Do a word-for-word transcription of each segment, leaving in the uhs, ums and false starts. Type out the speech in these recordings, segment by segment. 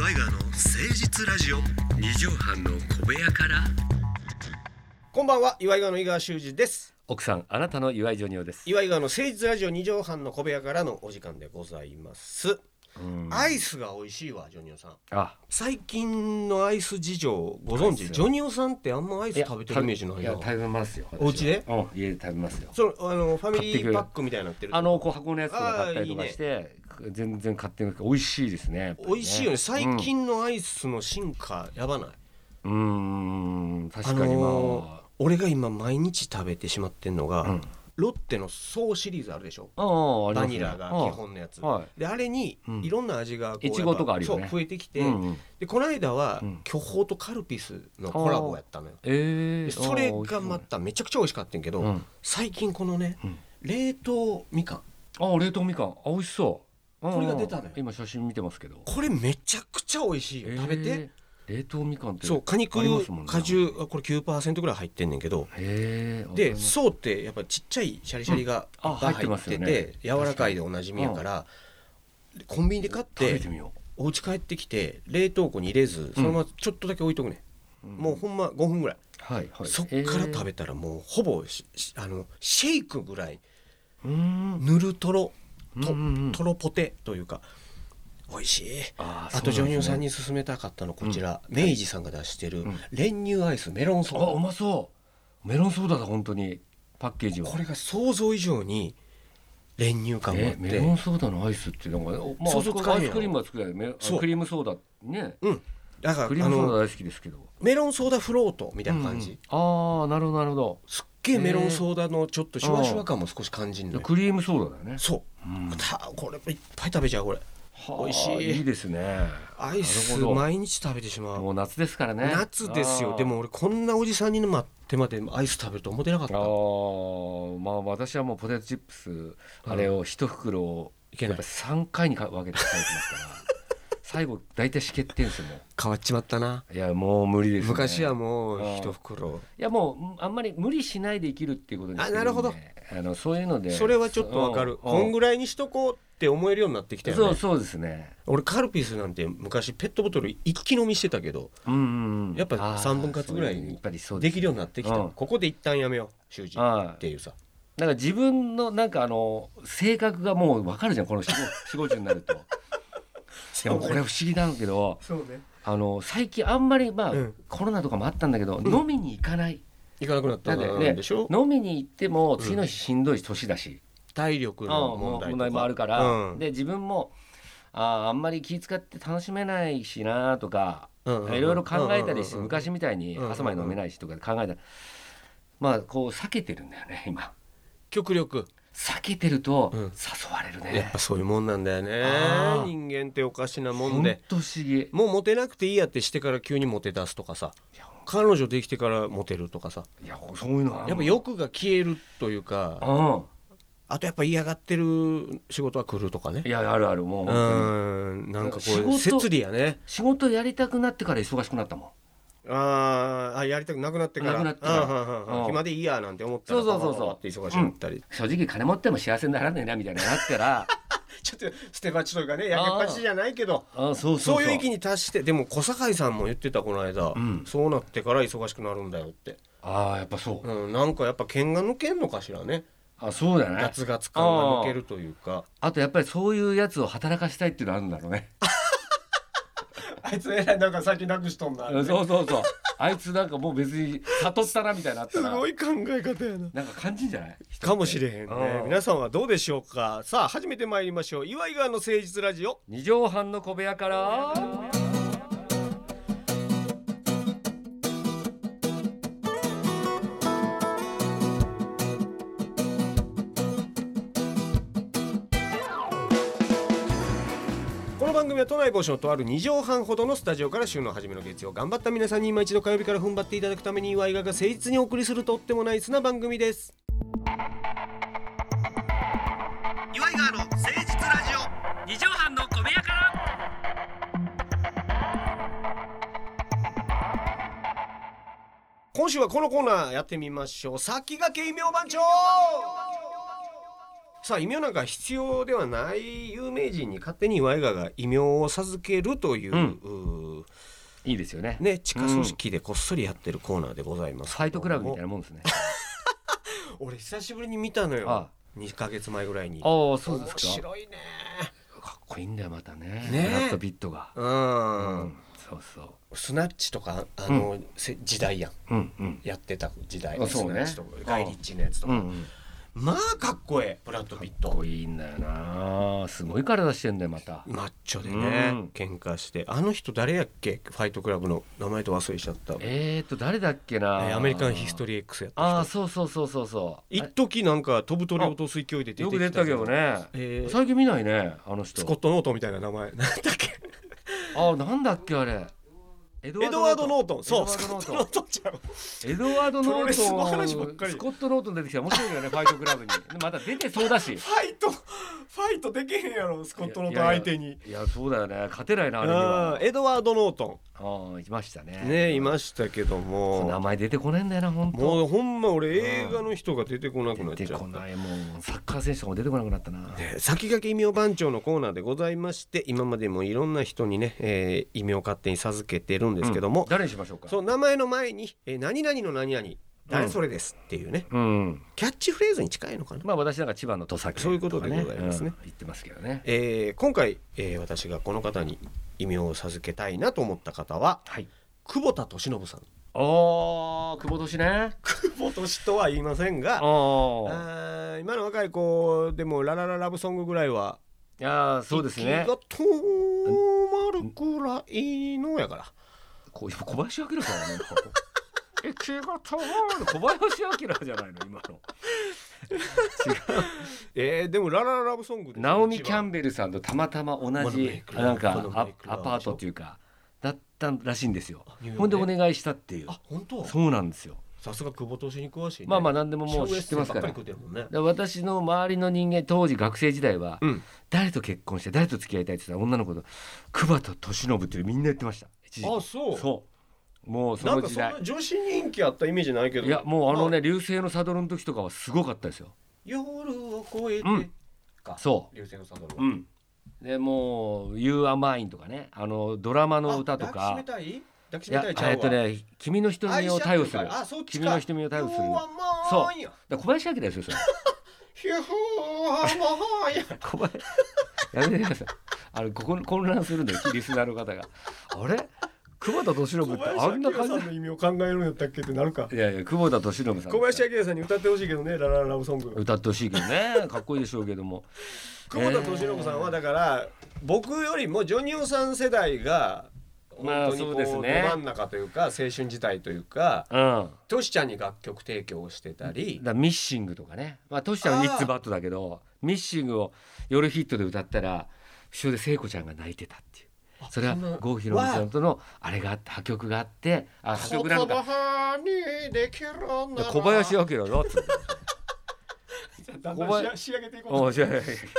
岩井川の誠実ラジオ。 二畳半の小部屋から。 こんばんは、岩井川の井川修司です。 奥さん、あなたの岩井ジョニオです。 岩井川の誠実ラジオ二畳半の小部屋からのお時間でございます。アイスが美味しいわ、ジョニオさん。あ、最近のアイス事情ご存知？ジョニオさんってあんまアイス食べてるイメージないな。 いや、食べますよ。 お家で？ うん、家で食べますよ。 そのあのファミリーパックみたいになってる。 あのこう箱のやつとか買ったりとかして、いいね、全然買ってるけど美味しいですね。ね、 美味しいよね。最近のアイスの進化やばない？ うん、うーん、確かに、まあ、あのー、 俺が今毎日食べてしまってんのが。うん、ロッテのソーシリーズあるでしょ。ああ、バニラが基本のやつ。ああであれにいろんな味がこういちごとかあるよね。 そう増えてきて、うんうん、でこの間は、うん、巨峰とカルピスのコラボやったのよ。えー、それがまためちゃくちゃ美味しかったんけど、うん、最近このね、うん、冷凍みかん。 ああ、冷凍みかん、あ、美味しそう。 これが出たのよ。 今写真見てますけど。 これめちゃくちゃ美味しいよ。食べて。えー冷凍みかんってそう果肉果汁これ きゅうパーセント ぐらい入ってんねんけど、へで層ってやっぱちっちゃいシャリシャリがいっぱい入ってて、うんね、柔らかいでおなじみやから、うん、コンビニで買ってお家帰ってきて冷凍庫に入れずそのままちょっとだけ置いとくね、うん、もうほんまごふんぐらい、はいはい、そっから食べたらもうほぼあのシェイクぐらいぬるとろと、とろポテというか美味しい。 あ, あとジョニオさんに勧めたかったのこちら、うん、明治さんが出してる練乳アイスメロンソーダ。 あ、うまそう。メロンソーダだ本当に。パッケージはこれが想像以上に練乳感があって、 メロンソーダのアイスってなんか、まあ、想像つかない。アイスクリームは作れない。クリームソーダね、うん、だからクリームソーダ大好きですけどメロンソーダフロートみたいな感じ、 うん、ああ、なるほどなるほど。 すっげえメロンソーダのちょっとシュワシュワ感も少し感じるのよ。 クリームソーダだよね。 そう、うん、たこれいっぱい食べちゃう。これ美味しい。 いいですね。 アイス毎日食べてしまう。 もう夏ですからね。 夏ですよ。でも俺こんなおじさんに待ってまでアイス食べると思ってなかった。あ、 まあ私はもうポテトチップスあれを一袋をやっぱさんかいに分けて食べてますから最後大体しけってんすよ。もう変わっちまったな。 いやもう無理ですね。 昔はもう一袋。 いやもうあんまり無理しないで生きるっていうことにしてるんで。あ、なるほど。あのそういうのでそれはちょっとわかる。こんぐらいにしとこうって思えるようになってきたよね。 そうそうですね。 俺カルピスなんて昔ペットボトル一気飲みしてたけど、うんうんうん、やっぱさんぶん割ぐらいにできるようになってきた、うん、ここで一旦やめよう習字っていうさ。 なんか自分のなんかあの性格がもう分かるじゃん、このよんじゅうごになるとでもこれ不思議なんだけど、そうね、あの最近あんまりまあ、うん、コロナとかもあったんだけど、うん、飲みに行かない行かなくなったんでしょ。 飲みに行っても次の日しんどい年だし、うん、 体力の問題とか、 うん、もあるから、うん、で自分も あ, あんまり気遣って楽しめないしなとか、いろいろ考えたりして、うんうん、昔みたいに朝まで飲めないしとか考えたら、まあこう避けてるんだよね今。 極力避けてると誘われるね、 うん、やっぱそういうもんなんだよね。人間っておかしなもんで、 ほんと不思議。 もうモテなくていいやってしてから急にモテ出すとかさ、彼女できてからモテるとかさ、 いやそういうのはやっぱ欲が消えるというか、ああとやっぱ嫌がってる仕事は来るとかね。 いやあるある。もう本当にうんなんかこう摂理やね。 仕事やりたくなってから忙しくなったもん。 ああ、やりたくなくなってから、なくなってから暇でいいやなんて思ったら、そうそうそうそうって忙しくなったり、うん、 正直金持っても幸せにならねえなみたいななったらちょっと捨て鉢というかね、やけっぱちじゃないけど、ああそうそうそう、そういう域に達して。でも小堺さんも言ってたこの間、うん、そうなってから忙しくなるんだよって。 ああやっぱそう、 うん、なんかやっぱ剣が抜けんのかしらね。 あ、そうだね。 ガツガツ感が抜けるというか、 あ, あとやっぱりそういうやつを働かしたいっていうのあるんだろうねあいつえらいなんか先なくしとんだ、ね、 そうそうそうあいつなんかもう別に悟ったなみたいになったらすごい考え方やな。 なんか感じんじゃないかもしれへんね。皆さんはどうでしょうか。さあ始めてまいりましょう。岩井川の誠実ラジオ二畳半の小部屋から。 この番組は都内某所のとあるに畳半ほどのスタジオから週の初めの月曜頑張った皆さんに今一度火曜日から踏ん張っていただくために岩井川が誠実にお送りするとってもナイスな番組です。岩井川の誠実ラジオ二畳半の小部屋から。 今週はこのコーナーやってみましょう。先駆け異名番長。 さあ異名なんか必要ではない有名人に勝手に岩井川が異名を授けるという、うん、 ういいですよね。 ね、地下組織でこっそりやってるコーナーでございます、うん、 ファイトクラブみたいなもんですね俺久しぶりに見たのよ。ああにかげつまえぐらいに。 ああそうですか。 面白いね。 かっこいいんだよまたね。 ねブラッド・ピットが、うん、うん、そうそうスナッチとかあの、うん、時代やん、 うんうん、 やってた時代、 そうね、 スナッチとかガイリッチのやつとか、うんうん、まあかっこええブラッド・ピット。 かっこいいんだよな。すごい体してんだよまた。 マッチョでね、うん、喧嘩して。あの人誰やっけ、ファイトクラブの名前と忘れちゃった。 えーと誰だっけな、 えー、アメリカンヒストリー X やった人。 ああそうそうそうそうそう。 一時なんか飛ぶ鳥を落とす勢いで出てきた。 よく出たけどね、えー、最近見ないねあの人。 スコット・ノートみたいな名前なんだっけあなんだっけあれ、エドワード・ノートン。そう、 エドワード・ノートンちゃう。 エドワード・ノートン、 スコット・ノートン出てきたら面白いよねファイトクラブにまた出てそうだし。 ファイトファイトできへんやろスコット・ノートン相手に。 いやいや、いやそうだよね、勝てないなあれには。 エドワード・ノートン、 ああいましたね。 ねいましたけども名前出てこないんだよな本当。 もうほんま俺映画の人が出てこなくなっちゃった。 出てこない。もうサッカー選手とかも出てこなくなったな、 ね、先駆け異名番長のコーナーでございまして、今までもいろんな人にね、えー、異名を勝手に授けてるんですけども、うん、 誰にしましょうか。 そう名前の前に、えー、何々の何々誰それですっていうね、 うん、 キャッチフレーズに近いのかな。 まあ私なんか千葉の土佐県とか、ね、 そういうことでございますね、 うん、言ってますけどね、 えー、今回、えー、私がこの方に異名を授けたいなと思った方は、はい、久保田利伸さん。 あ久保利ね。 久保利とは言いませんが、あ今の若い子でもララララブソングぐらいは、 いやそうですね、 息が止まるくらいのやから、 こう小林明からね息が止まる小林明じゃないの今の違うえー、でもララララブソングでナオミ・キャンベルさんとたまたま同じなんか ア, アパートっていうかだったらしいんですよ。ほんでお願いしたっていう。 あ本当。そうなんですよ。さすが久保利に詳しいね。 まあまあ何でももう知ってますから。から私の周りの人間当時学生時代は、うん、誰と結婚して誰と付き合いたいって言ったら女の子と久保田利伸ってみんな言ってました。 あそうそうもうその時代なんかそんな女子人気あったイメージないけど。 いやもうあのね流星のサドルの時とかはすごかったですよ。 夜を越えて、うん、かそう流星のサドルは、 うん、でもう You Are Mine とかねあのドラマの歌とか。 抱きしめたい抱きしめたいちゃうわ。 えっとね君の瞳を頼する。君の瞳を頼するの。そうだ小林明ですよそれ小林やめてください。あれここ混乱するんだよリスナーの方が。あれ久保田利伸ってあんな感じの意味を考えるんやったっけってなるか。 いやいや久保田利伸さん小林明さんに歌ってほしいけどねラララブソング歌ってほしいけどねかっこいいでしょうけども久保田利伸さんはだから、えー、僕よりもジョニオさん世代が本当にこうど真ん中というか青春時代というか、うん、トシちゃんに楽曲提供をしてたりだミッシングとかね、まあ、トシちゃんはニッツバットだけどミッシングを夜ヒットで歌ったら後ろで聖子ちゃんが泣いてたっていう。それは郷ひろみさんとのあれがあって破曲があってあ破曲なのか小林明だっつってだんだん仕上げていこうと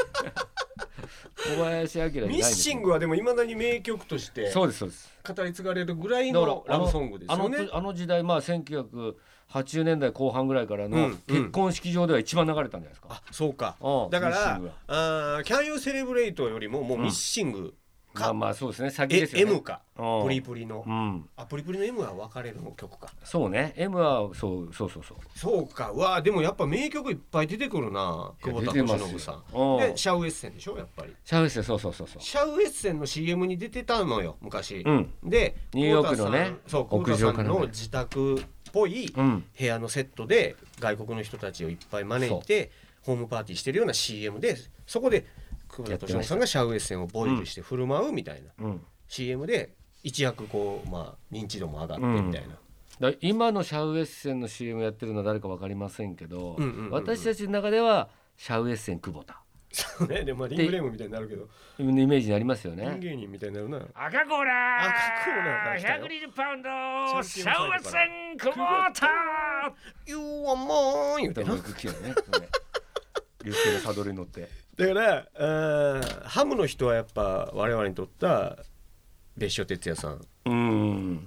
小林明ミッシングはでもいまだに名曲としてそうですそうです語り継がれるぐらいのラブソングですよね。 あの、あの時代まあせんきゅうひゃくはちじゅうねんだいこう半ぐらいからの結婚式場では一番流れたんじゃないですか、うんうん、あそうか、うん、だからあ Can You Celebrate よりももうミッシング、うんまあまあそうですね先ですよね。 M かプリプリの、うん、あプリプリの M は別れるの曲か。 そうね M はそうそうそうそうそうか。わあでもやっぱ名曲いっぱい出てくるな久保田利伸さんでシャウエッセンでしょやっぱり。 シャウエッセンそうそうそうそうシャウエッセンの シーエム に出てたのよ昔、うん、でニューヨークのねそう久保田さんの自宅っぽい部屋のセットで外国の人たちをいっぱい招いてホームパーティーしてるような シーエム でそこで久保田利伸さんがシャウエッセンをボイルして振る舞うみたいな、うん、シーエム で一躍こう、まあ、認知度も上がってみたいな、 うん、だ今のシャウエッセンの シーエム やってるのは誰か分かりませんけど、うんうんうんうん、私たちの中ではシャウエッセン久保田そうね。でもリングレームみたいになるけどイメージになりますよね。 ピン芸人みたいになるな。 赤コーラ赤コーラひゃくにじゅうパウンドシャウエッセン久保田 You are mine 言うたら流星のサドルに乗ってだからハムの人はやっぱ我々にとった別所哲也さん。 うん、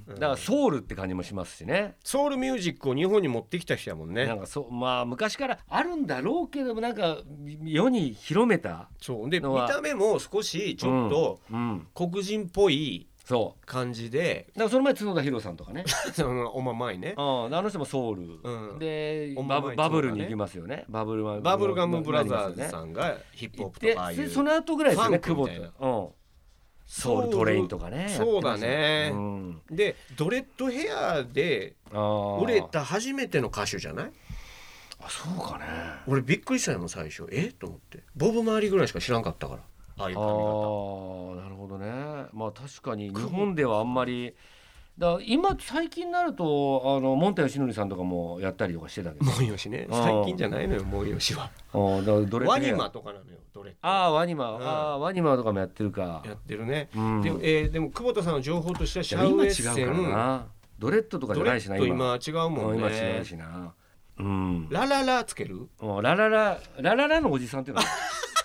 だからソウルって感じもしますしね。 ソウルミュージックを日本に持ってきた人やもんね。 なんかそう、まあ昔からあるんだろうけども、なんか世に広めた。 そうで見た目も少しちょっと黒人っぽい感じで、 だからその前角田博さんとかねおままいね、 あの人もソウル、うん、でバブ、バブルに行きますよね。バブルバブルガムブラザーズさんがヒップホップとかああいう、 でその後ぐらいですよね、久保田、うん、ソウルトレインとかね。 そうだね、うん、でドレッドヘアで売れた初めての歌手じゃない？ あ、そうかね。 俺びっくりしたよ最初、えと思って、ボブ周りぐらいしか知らんかったから。ああいう髪型。あ、なるほどね。まあ確かに日本ではあんまりだ、今最近になるとあのモンタヨシノリさんとかもやったりとかしてたけど、 モンヨシね、最近じゃないのよモンヨシは。 あだドレワニマとかなのよ、ドレッド。 ああワニマ、うん、ああワニマとかもやってるか。 やってるね、うん、で, えー、でも久保田さんの情報としてはシャウエッセン、 今違うからな、ドレッドとかじゃないしな、 今今違うもんね。 今違うしな、うん、 ラララつける、 ララララララのおじさんっていうのは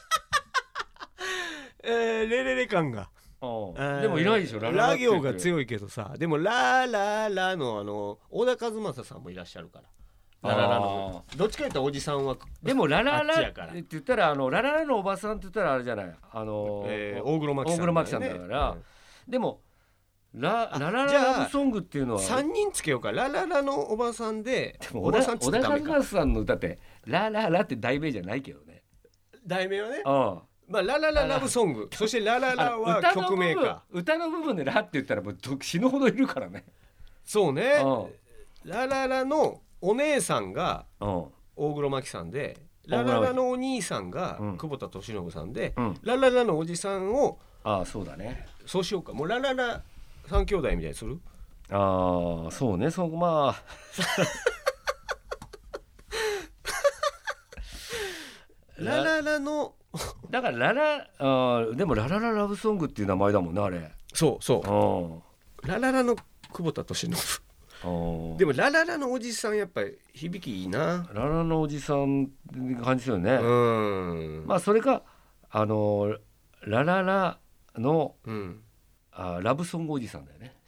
えー、レレレ感が、 えー、でもいないでしょ。 ラララ行が強いけどさ、でもラララのあの小田和正さんもいらっしゃるから、ラララのどっちか言ったらおじさんはでもラララって言ったらあのラララのおばさんって言ったらあれじゃない、あの、 えー、大黒摩季さん、ね、 大黒摩季さんだから、うん、でもララララブソングっていうのはさんにんつけようか。ラララのおばさんで、 でも小田和正さんの歌ってラララって題名じゃないけどね。 題名はね、 うん、 まあ、ララララブソング、そしてラララは曲名か。 歌の部分でラって言ったらもう死ぬほどいるからね。 そうね、うん、ラララのお姉さんが大黒摩季さんで、ラララのお兄さんが久保田利伸さんで、うん、ラララのおじさんを、 ああそうだね、 そうしようか。もうラララ三兄弟みたいにする。 ああそうね、そうまあラララのだからララあでもララララブソングっていう名前だもんね、あれ。 そうそうラララの久保田利伸でもラララのおじさんやっぱり響きいいな。 ラララのおじさんって感じですよね。うん、まあそれかあのラララの、うん、あラブソングおじさんだよね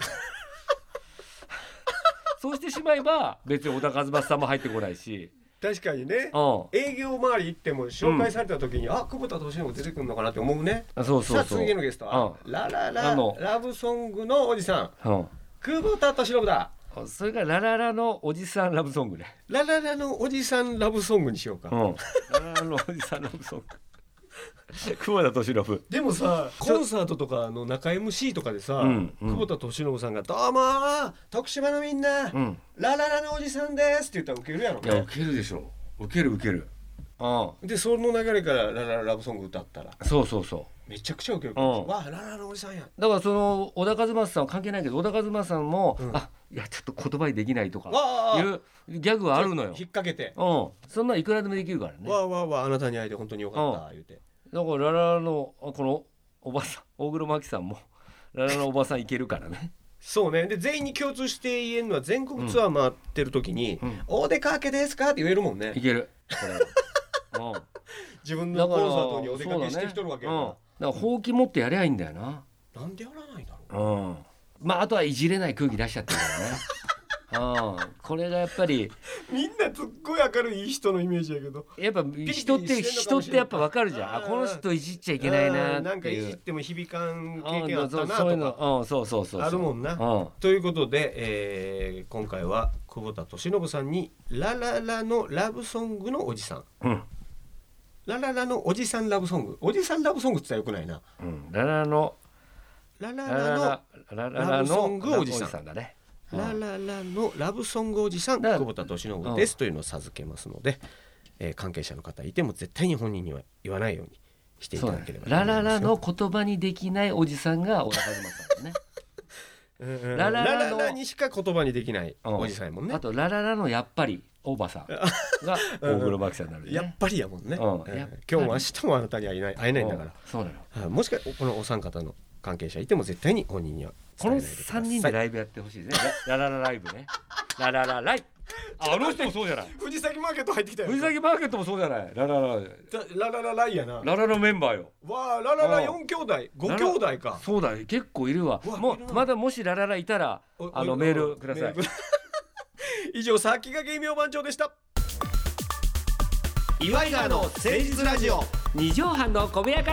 そうしてしまえば別に小田和正さんも入ってこないし。 確かにね、うん、営業周り行っても紹介された時に、うん、あ久保田利伸出てくるのかなって思うね。 あそうそうそう。 さあ次のゲストは、うん、ララララブソングのおじさん、うん、久保田利伸だ。 それからラララのおじさんラブソングね。 ラララのおじさんラブソングにしようか、うん、 ラララのおじさんラブソング久保田利伸。 でもさコンサートとかの中 エムシー とかでさ、うんうん、久保田利伸さんがどうも徳島のみんな、うん、ラララのおじさんですって言ったらウケるやろね。 いやウケるでしょ、ウケるウケる。 ああでその流れからララララブソング歌ったらそうそうそうめちゃくちゃウケるかもしれない。わあラララのおじさんや。 だからその小田和正さんは関係ないけど、小田和正さんも、うん、あいやちょっと言葉にできないとかいうギャグはあるのよ。 引っ掛けて、 うん、そんないくらでもできるからね。 わあわあわああなたに会えて本当によかった、うん、言うて。 だからラララのこのおばさん大黒摩季さんもラララのおばさんいけるからねそうね。で全員に共通して言えるのは全国ツアー回ってる時に、うんうん、お出かけですかって言えるもんね。 いけるこれは、うん、 自分のコンサートにお出かけしてきとるわけやから、 だからほうき持ってやりゃいいんだよな。 なんでやらないんだろう、うん、 まああとはいじれない空気出しちゃってるからねあこれがやっぱりみんなすっごい明るい人のイメージやけど、 やっぱ人って人ってやっぱ分かるじゃん。あこの人いじっちゃいけないなっていう、 なんかいじっても響かん経験あったなとかそういうの、うん、そうそうそうそうあるもんな、うん、ということで、えー、今回は久保田利伸さんにラララのラブソングのおじさん、うん、ラララのおじさんラブソング、おじさんラブソングって言ったらよくないな、 うん、ラララのラララのラブソングおじさんだね。 ラララのラブソングおじさん久保田利伸ですというのを授けますので、えー、関係者の方いても絶対に本人には言わないようにしていただければと思いますよ。 ラララの言葉にできないおじさんが小田和正さんねラララのにしか言葉にできないおじさんやもんね。 あとラララのやっぱりおばさんが大黒摩季さんになる、ね、 やっぱりやもんね、うんえー、今日も明日もあなたに会えない、会えないんだから、 そうなの。 もしかこのお三方の関係者いても絶対に本人にはこのさんにんでライブやってほしいですねラララライブねラララライブあの人もそうじゃない。 藤崎マーケット入ってきたよ。 藤崎マーケットもそうじゃない。ララララララライやな。 ララのメンバーよ。 わあラララよん兄弟ご兄弟か。 そうだ結構いるわ。もうまだもしラララいたらあのメールください。 以上先駆け異名番長でした。岩井川の誠実ラジオ二畳半の小部屋から。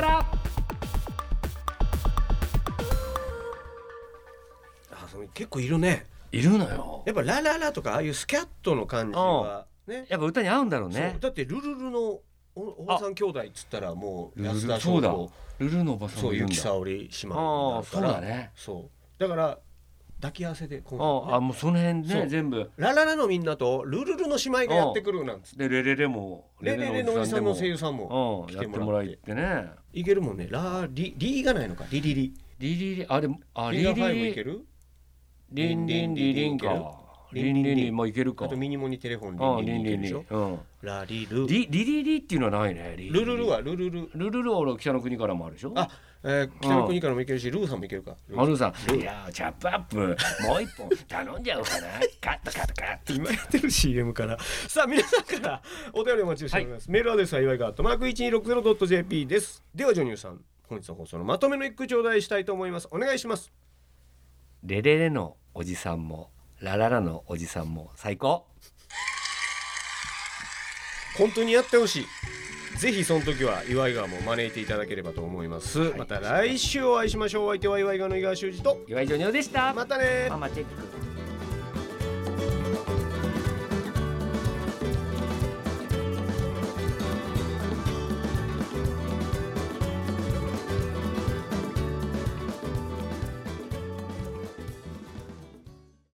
あそれ結構いるね。 いるのよ。 やっぱラララとかああいうスキャットの感じはね、 やっぱ歌に合うんだろうね。 だってルルルの お, おばさん兄弟っつったらもう安田翔子、ルルのおばさんそうゆきさおり姉妹だから、そうだね。 そうだから抱き合わせで今回、ね、ああもうその辺ね全部ラララのみんなとルルルの姉妹がやってくるなんつって、 でレレレもレレレのおじさんの声優さんも来てもらってね、 いけるもんね。ラリリがないのかリリリリリリあれあリリリいけるリンリンリリンかリンリンリンもいけるか。 あとミニモニテレフォンリンリンリンでしょ。ラリルリリリリっていうのはないね。 ルルルはルルルルルルは北の国からもあるでしょ。 あ、えー、北の国からもいけるし、ルーさんもいけるか。 ルーさんいやチャップアップもう一本頼んじゃおうかな。カットカットカット今やってる シーエム からさあ皆さんからお便りお待ちしております、はい、メールアドレスは岩井川アットマーク いちにろくゼロドットジェーピー です。ではジョニューさん本日の放送のまとめの一句頂戴したいと思います。お願いします。 レレレのおじさんもラララのおじさんも最高。 本当にやってほしい。ぜひその時は岩井川も招いていただければと思います、はい、また来週お会いしましょう。お相手は岩井川の井川修司と岩井ジョニオでした。 またね。 ママチェック。